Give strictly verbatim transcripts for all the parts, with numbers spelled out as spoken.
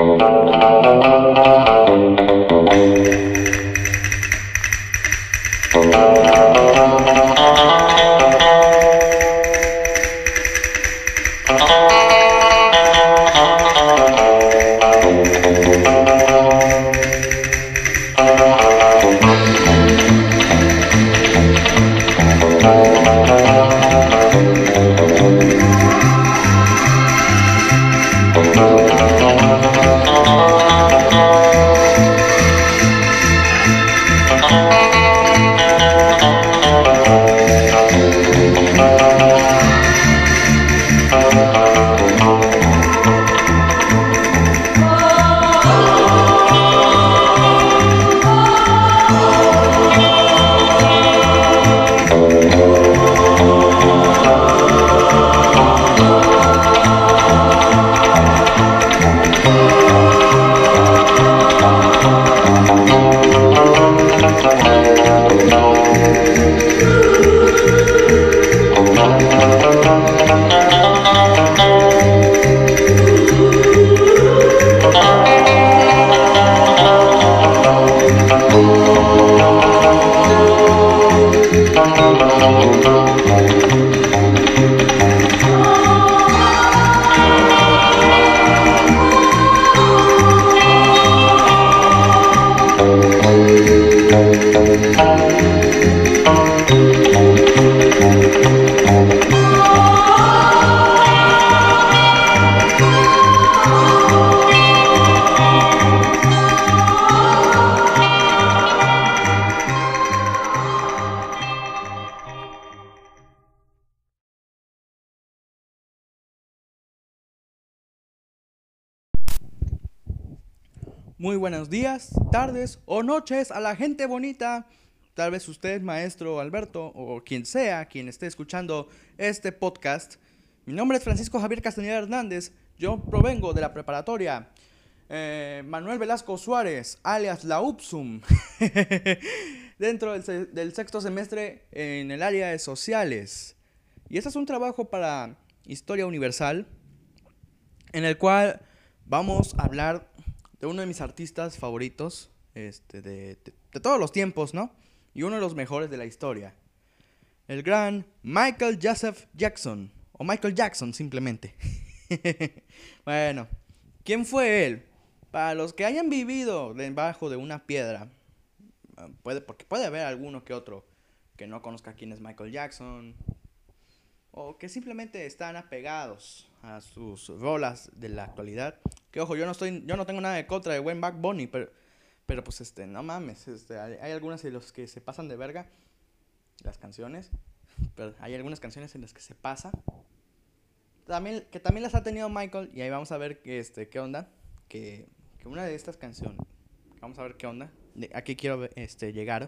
Muy buenos días, tardes o noches a la gente bonita. Tal vez usted, maestro Alberto, o quien sea quien esté escuchando este podcast. Mi nombre es Francisco Javier Castañeda Hernández. Yo provengo de la preparatoria eh, Manuel Velasco Suárez, alias la UPSUM, dentro del, se- del sexto semestre en el área de sociales. Y este es un trabajo para Historia Universal, en el cual vamos a hablar de uno de mis artistas favoritos, este, de, de, de todos los tiempos, ¿no? Y uno de los mejores de la historia. El gran Michael Joseph Jackson, o Michael Jackson simplemente. Bueno, ¿quién fue él? Para los que hayan vivido debajo de una piedra, puede, porque puede haber alguno que otro que no conozca quién es Michael Jackson, o que simplemente están apegados a sus rolas de la actualidad. Que ojo, yo no estoy, yo no tengo nada de contra de buen Bad Bunny, pero, pero pues este, no mames, este, hay, hay algunas de los que se pasan de verga las canciones, pero hay algunas canciones en las que se pasa. También, que también las ha tenido Michael, y ahí vamos a ver que, este, qué onda, que, que una de estas canciones, vamos a ver qué onda, de, aquí quiero este, llegar.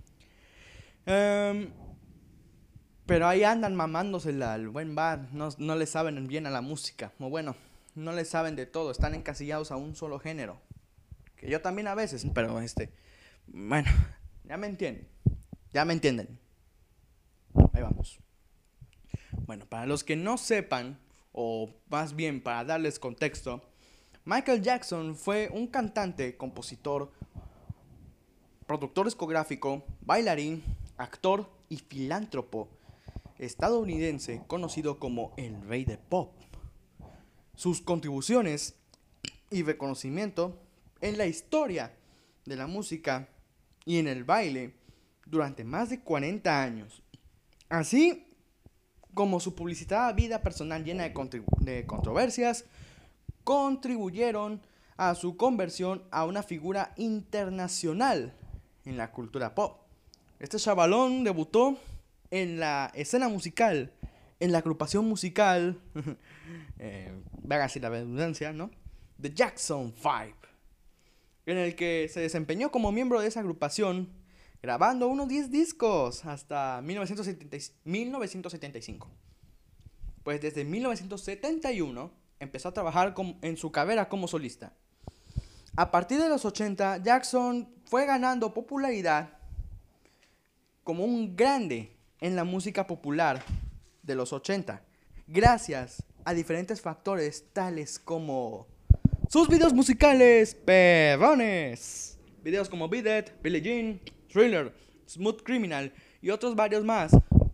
Um, Pero ahí andan mamándosela al buen Bad. No, no le saben bien a la música. O bueno, no le saben de todo. Están encasillados a un solo género. Que yo también a veces, pero este... Bueno, ya me entienden. Ya me entienden. Ahí vamos. Bueno, para los que no sepan, o más bien para darles contexto, Michael Jackson fue un cantante, compositor, productor discográfico, bailarín, actor y filántropo estadounidense conocido como el rey de pop. Sus contribuciones y reconocimiento en la historia de la música y en el baile durante más de cuarenta años, así como su publicitada vida personal llena de, contribu- de controversias, contribuyeron a su conversión a una figura internacional en la cultura pop. Este chavalón debutó en la escena musical, en la agrupación musical, eh, vágase la redundancia, ¿no? The Jackson Five, en el que se desempeñó como miembro de esa agrupación, grabando unos diez discos hasta mil novecientos setenta y cinco. Pues desde mil novecientos setenta y uno empezó a trabajar con, en su carrera como solista. A partir de los ochenta, Jackson fue ganando popularidad como un grande en la música popular de los ochenta, gracias a diferentes factores tales como sus videos musicales perrones. Videos como Beat It, Billie Jean, Thriller, Smooth Criminal y otros varios más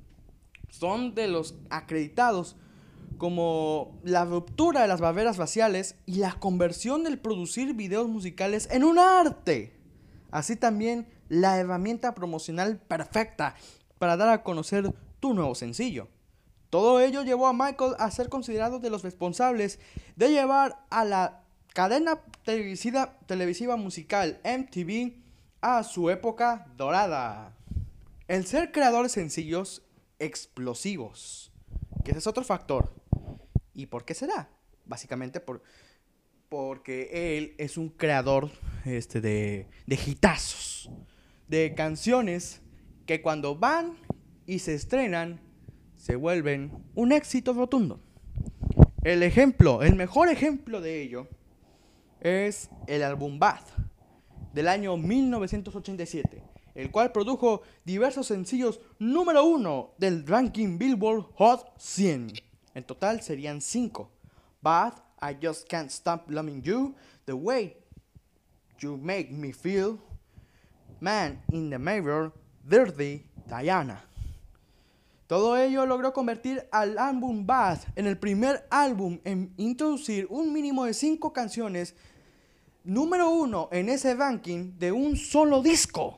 son de los acreditados como la ruptura de las barreras faciales y la conversión del producir videos musicales en un arte. Así también la herramienta promocional perfecta para dar a conocer tu nuevo sencillo. Todo ello llevó a Michael a ser considerado de los responsables de llevar a la cadena televisiva, televisiva musical M T V a su época dorada. El ser creador de sencillos explosivos, que ese es otro factor. ¿Y por qué será? Básicamente por, porque él es un creador este, de, de hitazos, de canciones que cuando van y se estrenan se vuelven un éxito rotundo. El ejemplo, el mejor ejemplo de ello es el álbum Bad del año mil novecientos ochenta y siete, el cual produjo diversos sencillos número uno del ranking Billboard Hot cien. En total serían cinco: Bad, I Just Can't Stop Loving You, The Way You Make Me Feel, Man in the Mirror, Dirty Diana. Todo ello logró convertir al álbum Bad en el primer álbum en introducir un mínimo de cinco canciones número uno en ese ranking de un solo disco.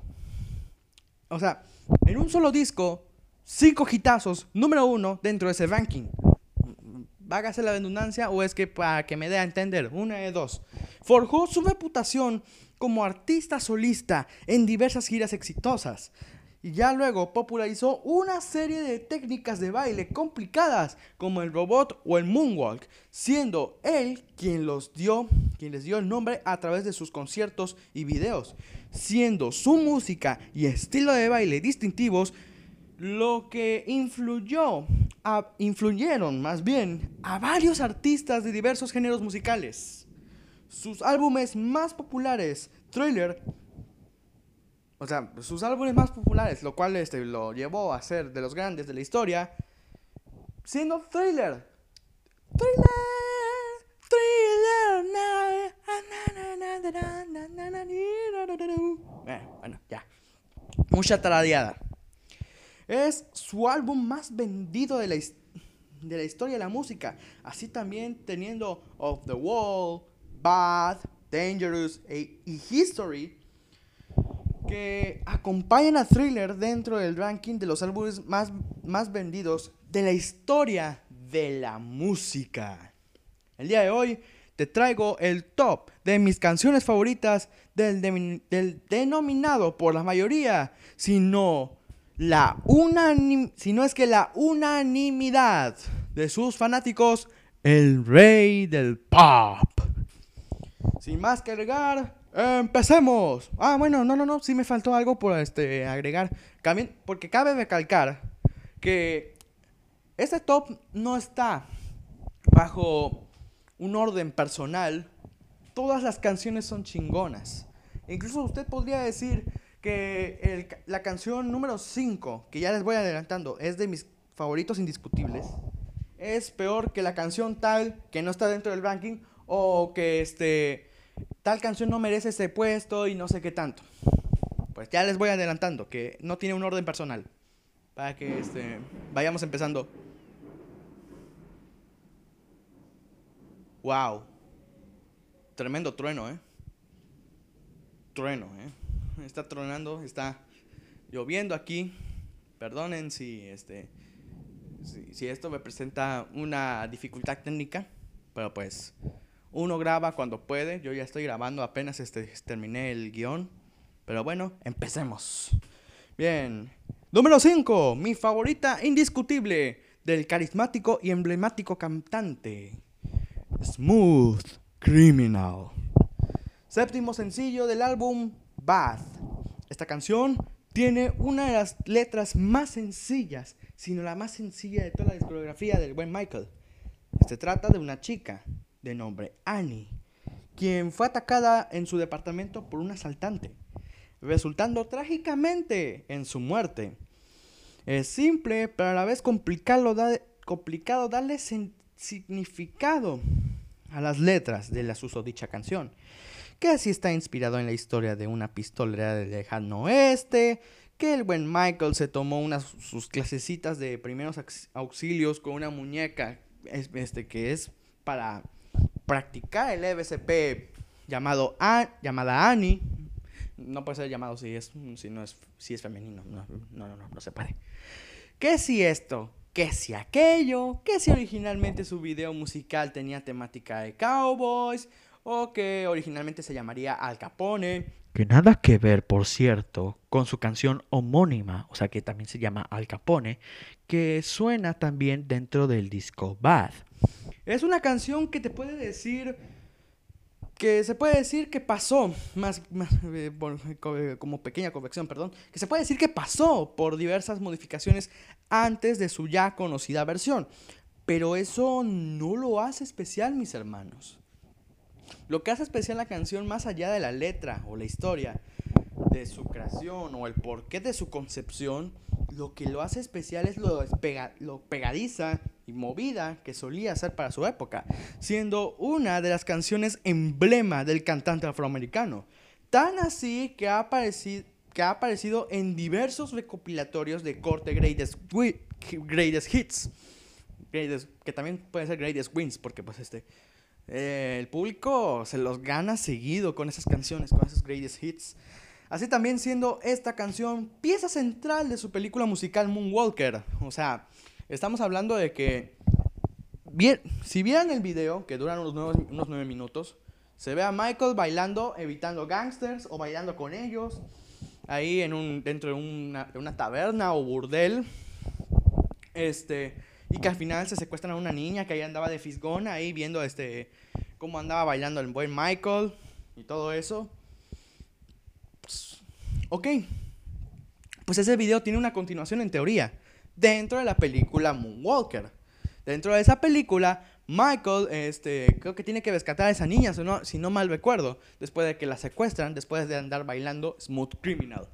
O sea, en un solo disco, cinco hitazos número uno dentro de ese ranking. Hágase la redundancia o es que para que me dé a entender, una de dos. Forjó su reputación como artista solista en diversas giras exitosas. Y ya luego popularizó una serie de técnicas de baile complicadas como el robot o el moonwalk, siendo él quien los dio, quien les dio el nombre a través de sus conciertos y videos, siendo su música y estilo de baile distintivos lo que influyó, a, influyeron más bien a varios artistas de diversos géneros musicales. Sus álbumes más populares, Thriller, o sea, sus álbumes más populares, lo cual este, lo llevó a ser de los grandes de la historia, siendo Thriller. Thriller, Thriller, eh, bueno, ya. Mucha taradeada. Es su álbum más vendido de la, de la historia de la música. Así también teniendo Off the Wall, Bad, Dangerous e, y History, que acompañan a Thriller dentro del ranking de los álbumes más, más vendidos de la historia de la música. El día de hoy te traigo el top de mis canciones favoritas del, de, del denominado por la mayoría, sino la unanim, si no es que la unanimidad de sus fanáticos, el rey del pop. Sin más que agregar, empecemos. Ah, bueno, no, no, no, sí me faltó algo por este, agregar. Porque cabe recalcar que este top no está bajo un orden personal. Todas las canciones son chingonas. Incluso usted podría decir que el, la canción número cinco, que ya les voy adelantando, es de mis favoritos indiscutibles. Es peor que la canción tal que no está dentro del ranking, o que este tal canción no merece ese puesto y no sé qué tanto. Pues ya les voy adelantando que no tiene un orden personal, para que este vayamos empezando. Wow, tremendo trueno, eh. Trueno, eh. Está tronando, está lloviendo aquí. Perdonen si este si, si esto me presenta una dificultad técnica, pero pues uno graba cuando puede. Yo ya estoy grabando, apenas este, terminé el guión. Pero bueno, empecemos. Bien, número cinco, mi favorita indiscutible del carismático y emblemático cantante, Smooth Criminal. Séptimo sencillo del álbum Bad. Esta canción tiene una de las letras más sencillas, sino la más sencilla de toda la discografía del buen Michael. Se trata de una chica de nombre Annie, quien fue atacada en su departamento por un asaltante, resultando trágicamente en su muerte. Es simple, pero a la vez complicado, da, complicado darle significado a las letras de la susodicha canción, que así está inspirado en la historia de una pistolera del lejano oeste, que el buen Michael se tomó unas sus clasecitas de primeros auxilios con una muñeca este, que es para practicar el E V C P llamado a, llamada Annie. No puede ser llamado si es, si no es, si es femenino, no, no, no, no, no se puede. Que si esto, que si aquello, que si originalmente su video musical tenía temática de cowboys, o que originalmente se llamaría Al Capone. Que nada que ver, por cierto, con su canción homónima, o sea que también se llama Al Capone, que suena también dentro del disco Bad. Es una canción que te puede decir, que se puede decir que pasó, más, más eh, por, como pequeña corrección, perdón, que se puede decir que pasó por diversas modificaciones antes de su ya conocida versión. Pero eso no lo hace especial, mis hermanos. Lo que hace especial la canción, más allá de la letra o la historia de su creación o el porqué de su concepción, lo que lo hace especial es lo, pega, lo pegadiza y movida que solía ser para su época, siendo una de las canciones emblema del cantante afroamericano. Tan así que ha aparecido, que ha aparecido en diversos recopilatorios de corte Greatest, greatest Hits, greatest, que también puede ser Greatest Wins, porque pues este... Eh, el público se los gana seguido con esas canciones, con esos greatest hits. Así también siendo esta canción pieza central de su película musical Moonwalker. O sea, estamos hablando de que bien, si vieran el video, que dura unos nueve, unos nueve minutos, se ve a Michael bailando, evitando gangsters o bailando con ellos, ahí en un, dentro de una, de una taberna o burdel. Este... Y que al final se secuestran a una niña que ahí andaba de fisgona, ahí viendo este cómo andaba bailando el buen Michael y todo eso. Pues, ok. Pues ese video tiene una continuación en teoría dentro de la película Moonwalker. Dentro de esa película, Michael este, creo que tiene que rescatar a esa niña, si no, si no mal recuerdo, después de que la secuestran, después de andar bailando Smooth Criminal.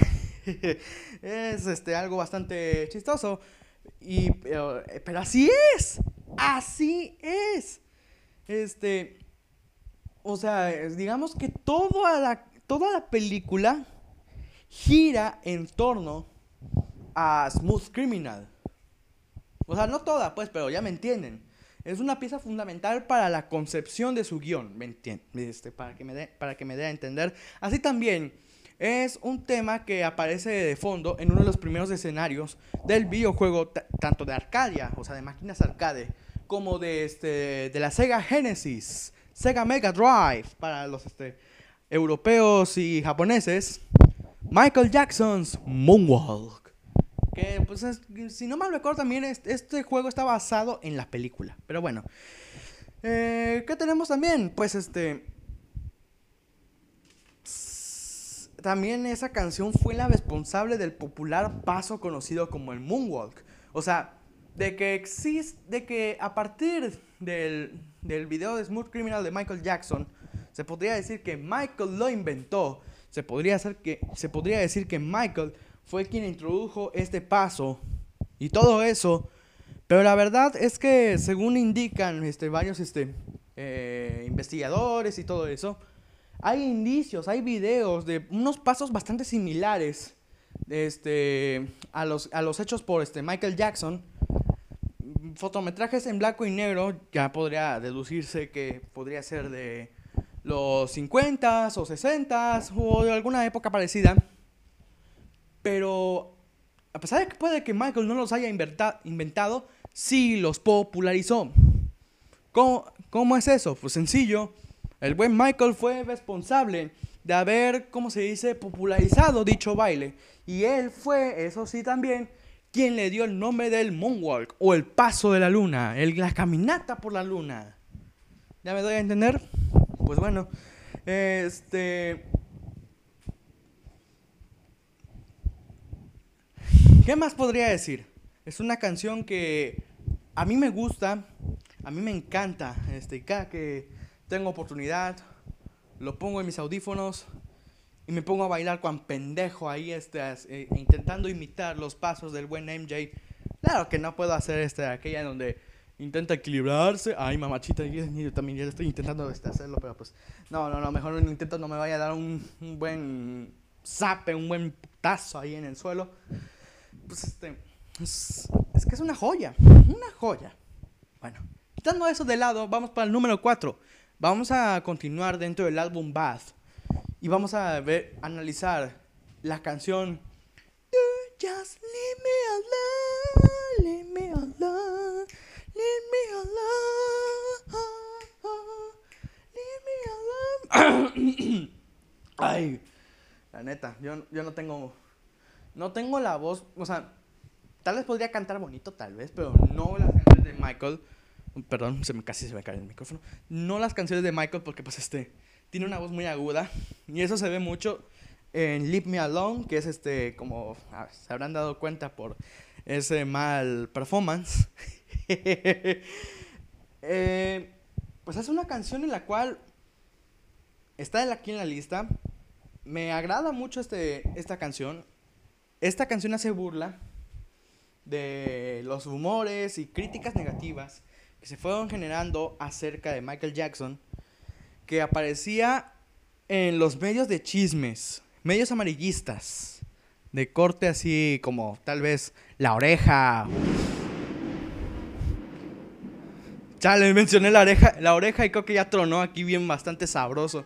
Es este, algo bastante chistoso. Y, pero, pero así es, así es. Este, o sea, digamos que toda la, toda la película gira en torno a Smooth Criminal. O sea, no toda, pues, pero ya me entienden. Es una pieza fundamental para la concepción de su guión, ¿me entienden? Este, para que me dé, para que me dé a entender. Así también es un tema que aparece de fondo en uno de los primeros escenarios del videojuego, t- tanto de Arcadia, o sea, de máquinas arcade, como de, este, de la Sega Genesis, Sega Mega Drive, para los este, europeos y japoneses, Michael Jackson's Moonwalk. Que, pues, es, si no mal recuerdo, también este, este juego está basado en la película. Pero bueno, eh, ¿qué tenemos también? Pues, este... También esa canción fue la responsable del popular paso conocido como el Moonwalk. O sea, de que existe, de que a partir del, del video de Smooth Criminal de Michael Jackson, se podría decir que Michael lo inventó. Se podría, hacer que, se podría decir que Michael fue quien introdujo este paso y todo eso. Pero la verdad es que, según indican este, varios este, eh, investigadores y todo eso, hay indicios, hay videos de unos pasos bastante similares este, a, los, a los hechos por este, Michael Jackson. Fotometrajes en blanco y negro, ya podría deducirse que podría ser de los cincuentas o sesentas o de alguna época parecida. Pero a pesar de que puede que Michael no los haya inventa- inventado, sí los popularizó. ¿Cómo, ¿Cómo es eso? Pues sencillo. El buen Michael fue responsable de haber, ¿cómo se dice?, popularizado dicho baile. Y él fue, eso sí también, quien le dio el nombre del Moonwalk, o el paso de la luna, el, la caminata por la luna. ¿Ya me doy a entender? Pues bueno, este... ¿qué más podría decir? Es una canción que a mí me gusta, a mí me encanta, este, cada que tengo oportunidad, lo pongo en mis audífonos y me pongo a bailar cuan pendejo ahí, este, eh, intentando imitar los pasos del buen M J. Claro que no puedo hacer este, aquella donde intenta equilibrarse. Ay, mamachita, yo, yo también ya estoy intentando este, hacerlo, pero pues no, no, no, mejor un intento no me vaya a dar un, un buen zape, un buen putazo ahí en el suelo. Pues este, es, es que es una joya, una joya. Bueno, quitando eso de lado, vamos para el número cuatro. Vamos a continuar dentro del álbum Bad y vamos a ver, analizar la canción Just Leave Me Alone, Leave Me Alone, Leave Me Alone, Leave Me Alone. Ay, la neta, yo, yo no tengo, no tengo la voz, o sea, tal vez podría cantar bonito, tal vez, pero no las canciones de Michael. Perdón, se me, casi se me cae el micrófono. No las canciones de Michael porque pues este tiene una voz muy aguda y eso se ve mucho en Leave Me Alone, que es este como ver, se habrán dado cuenta por ese mal performance. eh, pues es una canción en la cual está aquí en la lista. Me agrada mucho este, esta canción. Esta canción hace burla de los rumores y críticas negativas que se fueron generando acerca de Michael Jackson, que aparecía en los medios de chismes, medios amarillistas, de corte así como tal vez La Oreja. Ya le mencioné La Oreja, La Oreja y creo que ya tronó aquí bien bastante sabroso.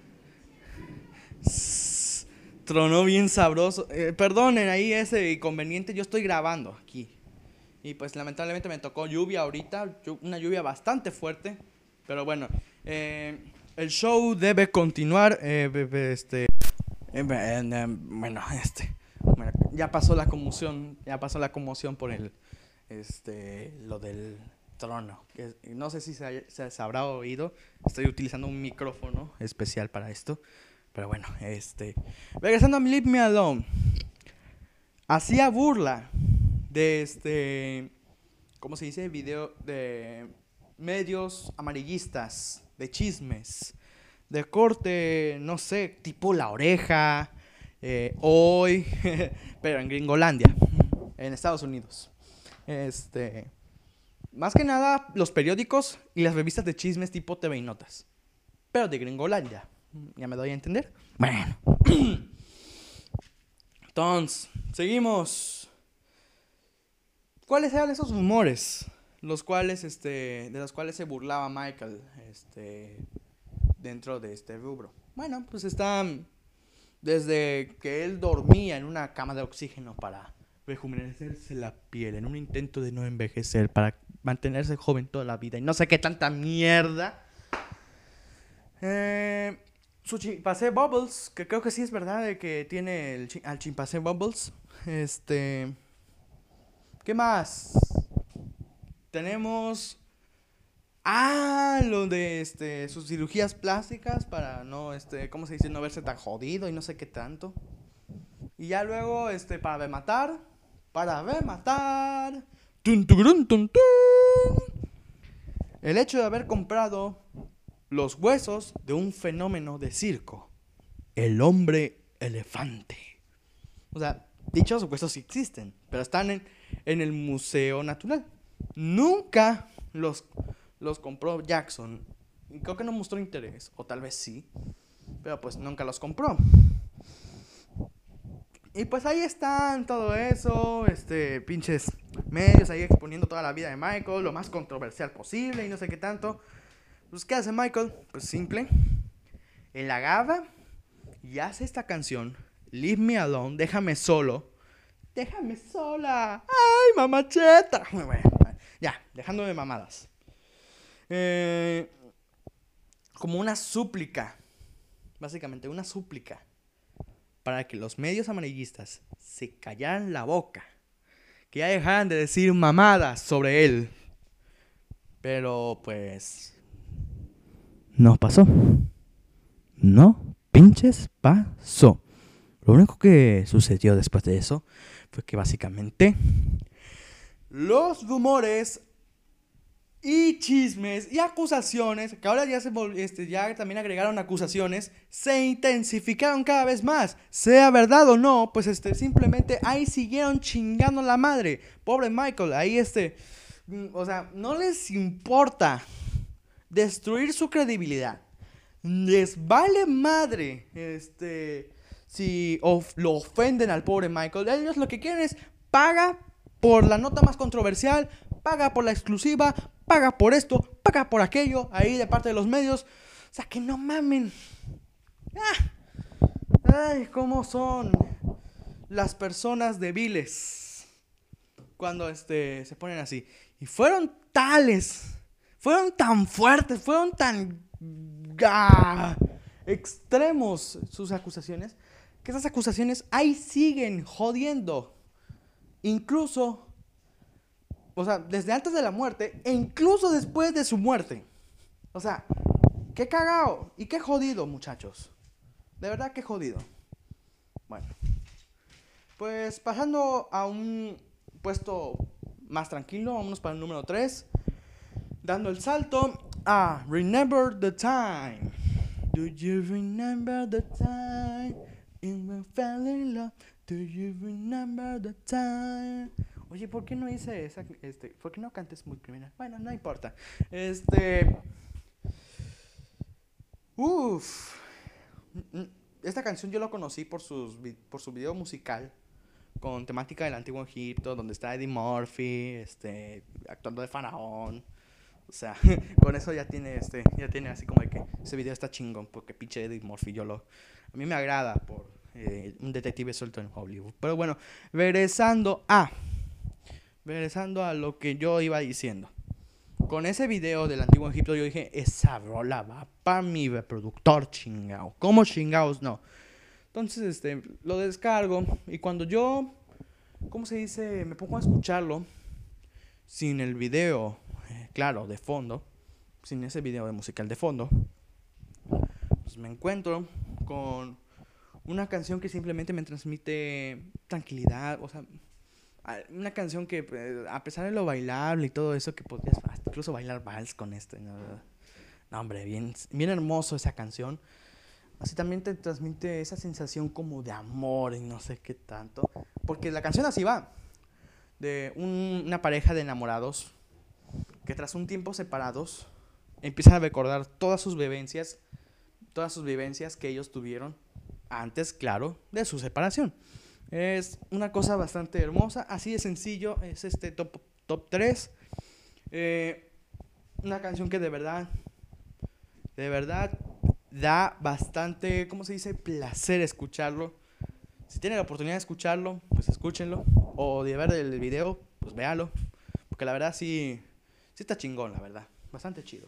Sss, tronó bien sabroso. Eh, perdonen ahí ese inconveniente, yo estoy grabando aquí. Y pues lamentablemente me tocó lluvia ahorita, una lluvia bastante fuerte. Pero bueno, eh, el show debe continuar. Eh, este, eh, bueno, este, bueno, ya pasó la conmoción, ya pasó la conmoción por el, este, lo del trono. Que no sé si se, se, se habrá oído. Estoy utilizando un micrófono especial para esto. Pero bueno, este, regresando a Leave Me Alone, hacía burla de este, ¿cómo se dice? Video de medios amarillistas, de chismes, de corte, no sé, tipo La Oreja, eh, Hoy, pero en Gringolandia, en Estados Unidos. Este, más que nada los periódicos y las revistas de chismes tipo T V y Notas, pero de Gringolandia. ¿Ya me doy a entender? Bueno. Entonces, seguimos. ¿Cuáles eran esos rumores? Los cuales, este, de los cuales se burlaba Michael, este, dentro de este rubro. Bueno, pues están desde que él dormía en una cama de oxígeno para rejuvenecerse la piel, en un intento de no envejecer, para mantenerse joven toda la vida y no sé qué tanta mierda. Eh, su chimpancé Bubbles, que creo que sí es verdad de que tiene el chi- al chimpancé Bubbles. Este, ¿qué más? Tenemos ah, lo de este sus cirugías plásticas para no este, ¿cómo se dice? No verse tan jodido y no sé qué tanto. Y ya luego este para rematar, para rematar, tun, turun, tun, tun, el hecho de haber comprado los huesos de un fenómeno de circo, el hombre elefante. O sea, dichos huesos sí existen, pero están en, en el Museo Natural. Nunca los, los compró Jackson. Y creo que no mostró interés, o tal vez sí, pero pues nunca los compró. Y pues ahí están todo eso, este, pinches medios ahí exponiendo toda la vida de Michael, lo más controversial posible y no sé qué tanto. Pues, ¿qué hace Michael? Pues simple. Él agarra y hace esta canción, Leave Me Alone, déjame solo. Déjame sola. Ay, mamacheta. Bueno, ya, dejándome mamadas. Eh, como una súplica, básicamente una súplica, para que los medios amarillistas se callaran la boca, que ya dejaran de decir mamadas sobre él. Pero pues no pasó. No pinches pasó. Lo único que sucedió después de eso fue que básicamente los rumores y chismes y acusaciones, que ahora ya se este, ya también agregaron acusaciones, se intensificaron cada vez más. Sea verdad o no, pues este simplemente ahí siguieron chingando la madre. Pobre Michael, ahí este mm, o sea, no les importa destruir su credibilidad. Les vale madre, este, si of- lo ofenden al pobre Michael. Ellos lo que quieren es paga por la nota más controversial, paga por la exclusiva, paga por esto, paga por aquello, ahí de parte de los medios. O sea, que no mamen. Ah, ay, cómo son las personas débiles cuando este se ponen así. Y fueron tales, fueron tan fuertes, fueron tan ah, extremos sus acusaciones, que esas acusaciones ahí siguen jodiendo. Incluso, o sea, desde antes de la muerte e incluso después de su muerte. O sea, qué cagado y qué jodido, muchachos. De verdad, qué jodido. Bueno, pues pasando a un puesto más tranquilo, vámonos para el número tres. Dando el salto a Remember the Time. Do you remember the time when we fell in love? Do you remember the time? Oye, ¿por qué no hice esa? Este, ¿por qué no cantes muy criminal? Bueno, no importa. Este. Uff. Esta canción yo la conocí por, sus, por su video musical con temática del antiguo Egipto, donde está Eddie Murphy, este, actuando de faraón. O sea, con eso ya tiene este, ya tiene así como de que ese video está chingón, porque pinche Eddie Murphy yo lo, a mí me agrada por eh, un detective suelto en Hollywood. Pero bueno, regresando a, regresando a lo que yo iba diciendo. Con ese video del antiguo Egipto yo dije, esa rola va para mi reproductor, chingao. ¿Cómo chingaos? No. Entonces, este, lo descargo y cuando yo, ¿cómo se dice? Me pongo a escucharlo sin el video, eh, claro, de fondo, sin ese video de musical de fondo, pues me encuentro con una canción que simplemente me transmite tranquilidad, o sea, una canción que eh, a pesar de lo bailable y todo eso, que podrías incluso bailar vals con esto, ¿no? No, hombre, bien, bien hermoso esa canción. Así también te transmite esa sensación como de amor y no sé qué tanto. Porque la canción así va. De un, una pareja de enamorados que tras un tiempo separados empiezan a recordar todas sus vivencias, todas sus vivencias que ellos tuvieron antes, claro, de su separación. Es una cosa bastante hermosa, así de sencillo, es este top, top tres. Eh, una canción que de verdad, de verdad da bastante, ¿cómo se dice? Placer escucharlo. Si tienen la oportunidad de escucharlo, pues escúchenlo. O de ver el video, pues véanlo. Porque la verdad sí, sí está chingón, la verdad. Bastante chido.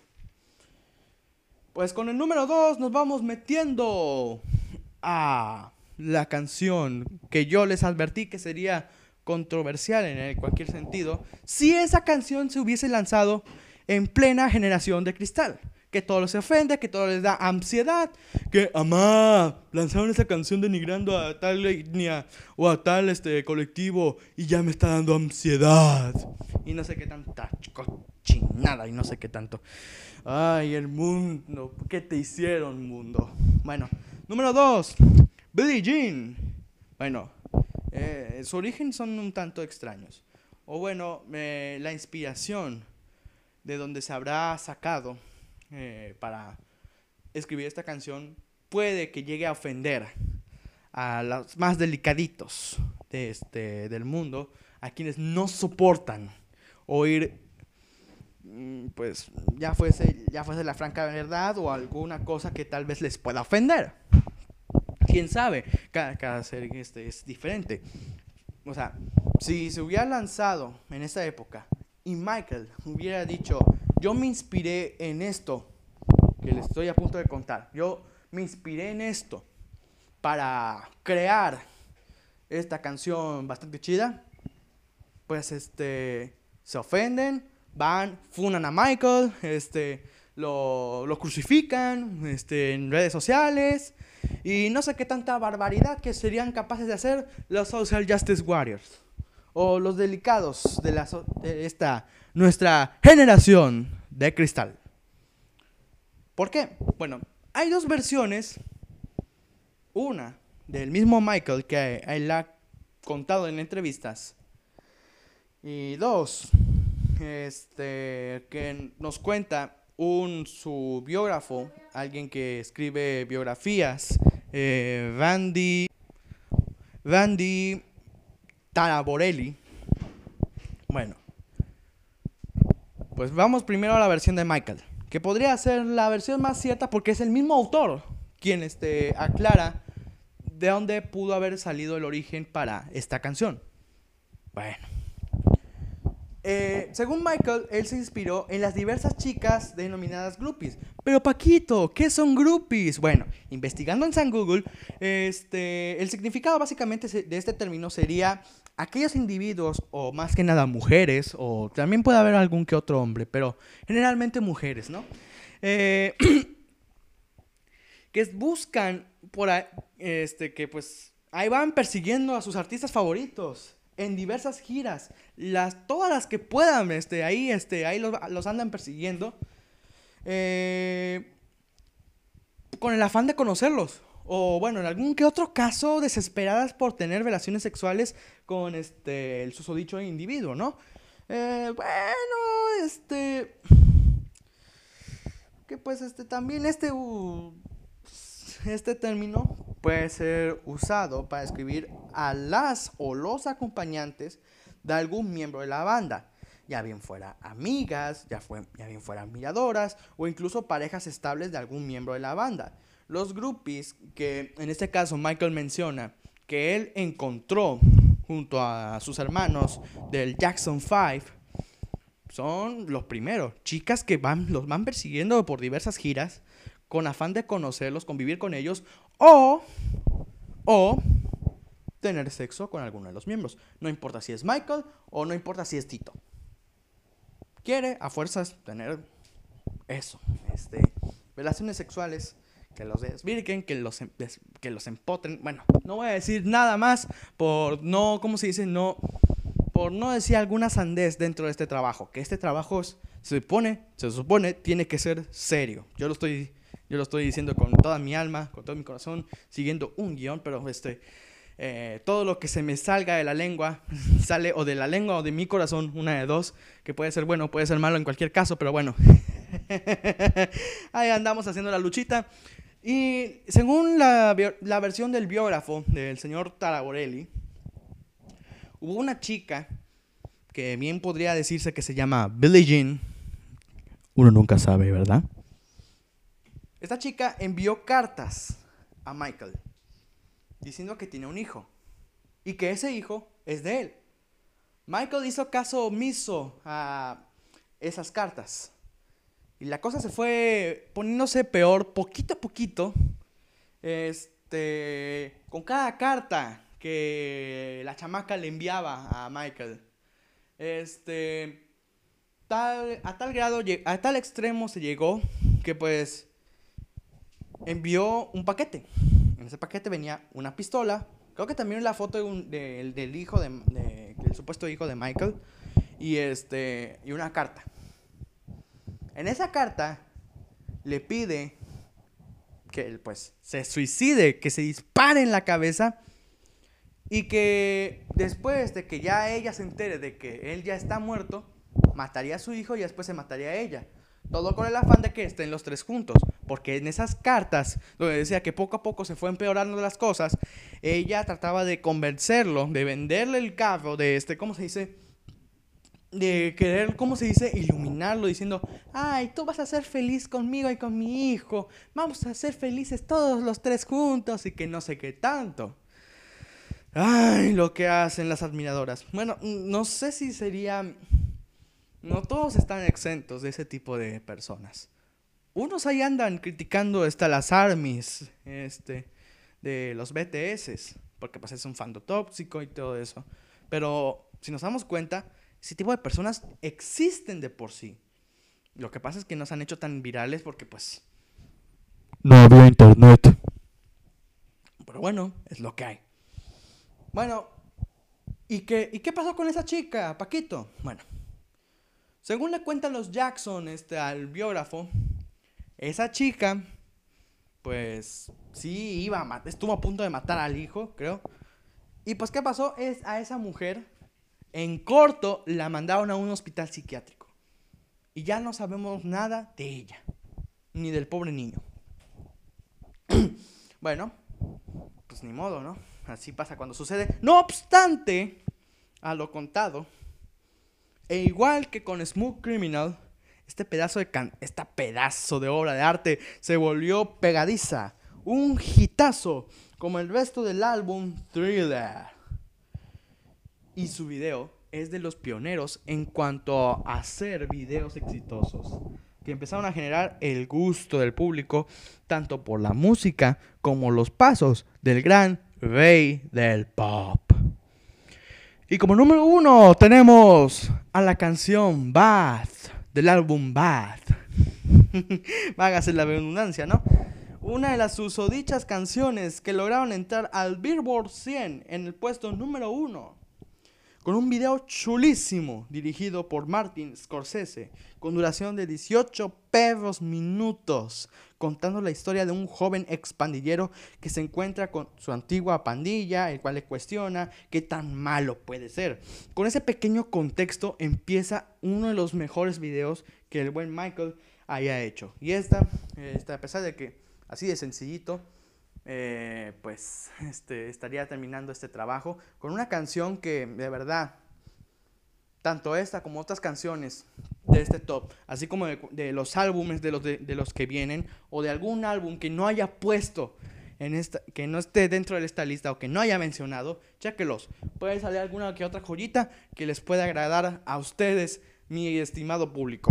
Pues con el número dos nos vamos metiendo a la canción que yo les advertí que sería controversial en cualquier sentido si esa canción se hubiese lanzado en plena generación de cristal. Que todo les ofende, que todo les da ansiedad, que amá, lanzaron esa canción denigrando a tal etnia o a tal este colectivo y ya me está dando ansiedad. Y no sé qué tanta cochinada y no sé qué tanto. Ay, el mundo, ¿qué te hicieron, mundo? Bueno, número dos, Billie Jean. Bueno, eh, su origen son un tanto extraños. O bueno, eh, la inspiración de donde se habrá sacado eh, para escribir esta canción puede que llegue a ofender a los más delicaditos de este, del mundo, a quienes no soportan oír, pues ya fuese, ya fuese la franca verdad o alguna cosa que tal vez les pueda ofender. Quién sabe, cada, cada ser este es diferente. O sea, si se hubiera lanzado en esa época y Michael hubiera dicho, yo me inspiré en esto que les estoy a punto de contar, yo me inspiré en esto para crear esta canción bastante chida, pues este se ofenden, van, funan a Michael, este lo, lo crucifican este, en redes sociales y no sé qué tanta barbaridad que serían capaces de hacer los Social Justice Warriors o los delicados de, la, de esta nuestra generación de cristal. ¿Por qué? Bueno, hay dos versiones. Una del mismo Michael que él ha contado en entrevistas. Y dos, este, que nos cuenta un su biógrafo, alguien que escribe biografías, eh, Randy, Randy Taraborelli. Bueno, pues vamos primero a la versión de Michael, que podría ser la versión más cierta porque es el mismo autor quien este, aclara de dónde pudo haber salido el origen para esta canción. Bueno, eh, según Michael, él se inspiró en las diversas chicas denominadas groupies. Pero Paquito, ¿qué son groupies? Bueno, investigando en San Google, este, el significado básicamente de este término sería aquellos individuos, o más que nada mujeres, o también puede haber algún que otro hombre, pero generalmente mujeres, ¿no? Eh, que buscan por ahí, este, que pues ahí van persiguiendo a sus artistas favoritos en diversas giras, las, todas las que puedan, este, ahí, este, ahí los, los andan persiguiendo, eh, con el afán de conocerlos, o bueno, en algún que otro caso, desesperadas por tener relaciones sexuales con este, el susodicho individuo, ¿no? Eh, bueno, este, que pues este, también este, uh, este término puede ser usado para describir a las o los acompañantes de algún miembro de la banda, ya bien fuera amigas, ya, fue, ya bien fueran admiradoras o incluso parejas estables de algún miembro de la banda. Los groupies, que en este caso Michael menciona que él encontró junto a sus hermanos del Jackson Five, son los primeros, chicas que van, los van persiguiendo por diversas giras con afán de conocerlos, convivir con ellos o, o tener sexo con alguno de los miembros. No importa si es Michael o no importa si es Tito. Quiere a fuerzas tener eso, este, relaciones sexuales, que los desvirquen, que los, que los empotren. Bueno, no voy a decir nada más por no, ¿cómo se dice? No, por no decir alguna sandez dentro de este trabajo. Que este trabajo es, se supone, se supone, tiene que ser serio. Yo lo estoy, yo lo estoy diciendo con toda mi alma, con todo mi corazón, siguiendo un guión, pero este, eh, todo lo que se me salga de la lengua, sale o de la lengua o de mi corazón, una de dos, que puede ser bueno, puede ser malo en cualquier caso, pero bueno. Ahí andamos haciendo la luchita. Y según la, la versión del biógrafo del señor Taraborelli, hubo una chica que bien podría decirse que se llama Billie Jean. Uno nunca sabe, ¿verdad? Esta chica envió cartas a Michael diciendo que tiene un hijo y que ese hijo es de él. Michael hizo caso omiso a esas cartas. Y la cosa se fue poniéndose peor poquito a poquito. Este, con cada carta que la chamaca le enviaba a Michael. Este, tal, a tal grado, a tal extremo se llegó que pues envió un paquete. En ese paquete venía una pistola. Creo que también la foto de un, de, del hijo de, de, del supuesto hijo de Michael. Y este, y una carta. En esa carta le pide que él pues se suicide, que se dispare en la cabeza y que después de que ya ella se entere de que él ya está muerto, mataría a su hijo y después se mataría a ella. Todo con el afán de que estén los tres juntos, porque en esas cartas donde decía que poco a poco se fue empeorando las cosas, ella trataba de convencerlo, de venderle el carro, de este, ¿cómo se dice? De querer, ¿cómo se dice? Iluminarlo, diciendo, ay, tú vas a ser feliz conmigo y con mi hijo, vamos a ser felices todos los tres juntos y que no sé qué tanto. Ay, lo que hacen las admiradoras. Bueno, no sé si sería... No todos están exentos de ese tipo de personas. Unos ahí andan criticando hasta las armies, este, de los B T S, porque pues es un fandom tóxico y todo eso. Pero si nos damos cuenta, ese tipo de personas existen de por sí. Lo que pasa es que no se han hecho tan virales porque pues no había internet. Pero bueno, es lo que hay. Bueno, ¿y qué, ¿y qué pasó con esa chica, Paquito? Bueno, según le cuentan los Jackson este, al biógrafo, esa chica, pues sí, iba a estuvo a punto de matar al hijo, creo. Y pues, ¿qué pasó? Es a esa mujer En corto, la mandaron a un hospital psiquiátrico. Y ya no sabemos nada de ella, ni del pobre niño. Bueno, pues ni modo, ¿no? Así pasa cuando sucede. No obstante, a lo contado, e igual que con Smooth Criminal, este pedazo de can esta pedazo de obra de arte se volvió pegadiza, un hitazo, como el resto del álbum Thriller. Y su video es de los pioneros en cuanto a hacer videos exitosos, que empezaron a generar el gusto del público, tanto por la música como los pasos del gran rey del pop. Y como número uno tenemos a la canción Bad, del álbum Bad. Vágase la redundancia, ¿no? Una de las susodichas canciones que lograron entrar al Billboard cien en el puesto número uno. Con un video chulísimo dirigido por Martin Scorsese, con duración de dieciocho perros minutos, contando la historia de un joven expandillero que se encuentra con su antigua pandilla, el cual le cuestiona qué tan malo puede ser. Con ese pequeño contexto empieza uno de los mejores videos que el buen Michael haya hecho. Y esta, esta a pesar de que así de sencillito, Eh, pues este, estaría terminando este trabajo con una canción que de verdad, tanto esta como otras canciones de este top, así como de, de los álbumes de los, de, de los que vienen, o de algún álbum que no haya puesto en esta, que no esté dentro de esta lista o que no haya mencionado, chéquelos, puede salir alguna que otra joyita que les pueda agradar a ustedes, mi estimado público.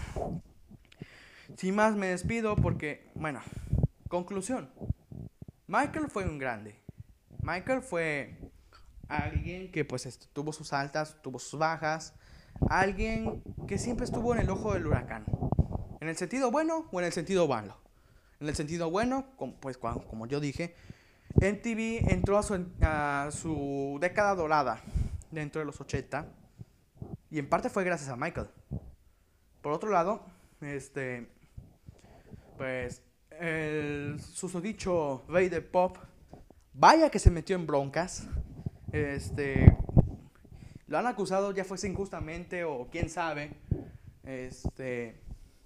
Sin más me despido porque, bueno, conclusión. Michael fue un grande. Michael fue alguien que pues est- tuvo sus altas, tuvo sus bajas. Alguien que siempre estuvo en el ojo del huracán. En el sentido bueno o en el sentido malo. En el sentido bueno, com- pues cua- como yo dije, M T V entró a su, a su década dorada dentro de los ochenta. Y en parte fue gracias a Michael. Por otro lado, este, pues el susodicho rey del pop, vaya que se metió en broncas. Este, lo han acusado, ya fuese injustamente o quién sabe. Este,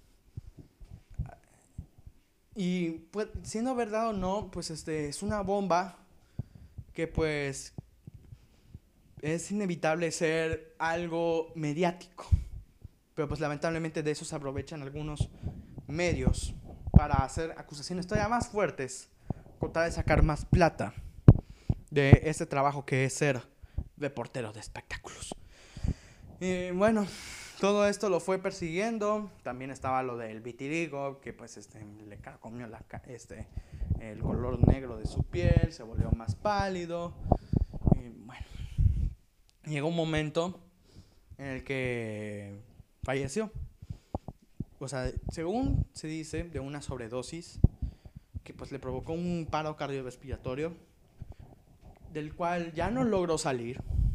y pues, siendo verdad o no, pues este es una bomba que pues es inevitable ser algo mediático. Pero pues lamentablemente de eso se aprovechan algunos medios para hacer acusaciones todavía más fuertes, con tal de sacar más plata de este trabajo que es ser reportero de espectáculos. Y bueno, todo esto lo fue persiguiendo. También estaba lo del vitiligo, que pues este, le carcomió la, este, el color negro de su piel, se volvió más pálido. Y bueno, llegó un momento en el que falleció. O sea, según se dice, de una sobredosis que pues le provocó un paro cardiorrespiratorio, del cual ya no logró salir.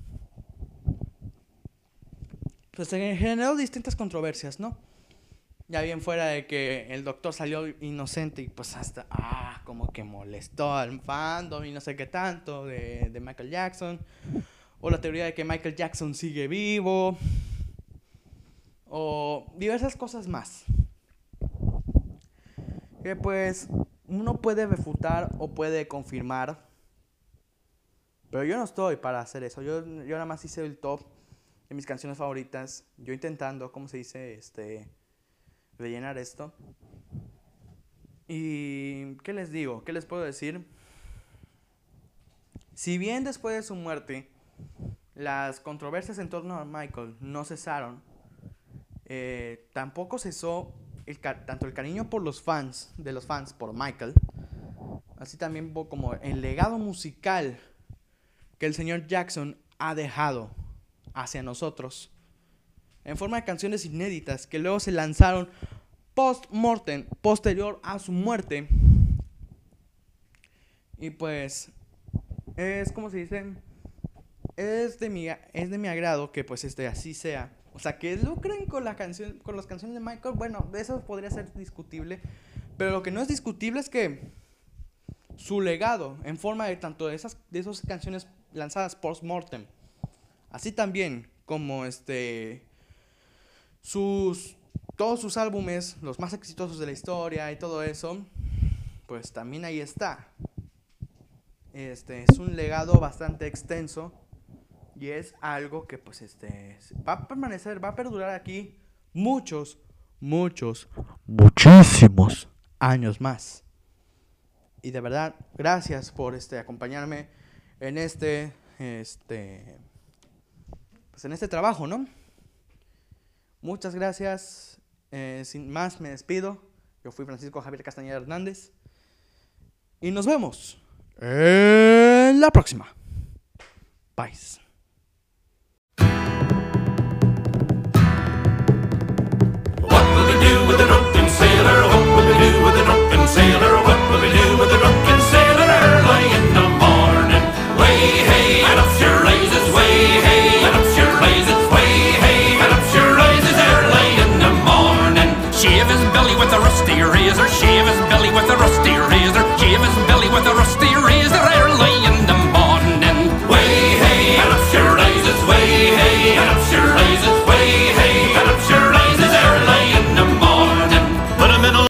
Pues se generó distintas controversias, ¿no? Ya bien fuera de que el doctor salió inocente y pues hasta, ah, como que molestó al fandom y no sé qué tanto de, de Michael Jackson. O la teoría de que Michael Jackson sigue vivo. O diversas cosas más. Que pues uno puede refutar o puede confirmar. Pero yo no estoy para hacer eso. Yo, yo nada más hice el top de mis canciones favoritas. Yo intentando, ¿cómo se dice? Este, rellenar esto. Y ¿qué les digo? ¿Qué les puedo decir? Si bien después de su muerte las controversias en torno a Michael no cesaron, eh, tampoco cesó el, tanto el cariño por los fans, de los fans por Michael, así también como el legado musical que el señor Jackson ha dejado hacia nosotros, en forma de canciones inéditas que luego se lanzaron post-mortem, posterior a su muerte. Y pues, es como se dice, es de mi, es de mi agrado que pues este así sea. O sea, que lucren con la canción, con las canciones de Michael, bueno, eso podría ser discutible. Pero lo que no es discutible es que su legado, en forma de tanto de esas, de esas canciones lanzadas post-mortem, así también como este sus todos sus álbumes, los más exitosos de la historia y todo eso, pues también ahí está. Este es un legado bastante extenso y es algo que pues este va a permanecer, va a perdurar aquí muchos, muchos, muchísimos años más. Y de verdad, gracias por este acompañarme en este este pues en este trabajo, ¿no? Muchas gracias. Eh, sin más me despido. Yo fui Francisco Javier Castañeda Hernández y nos vemos en la próxima. Bye. What will we do with the drunken sailor? What will we do with the drunken sailor?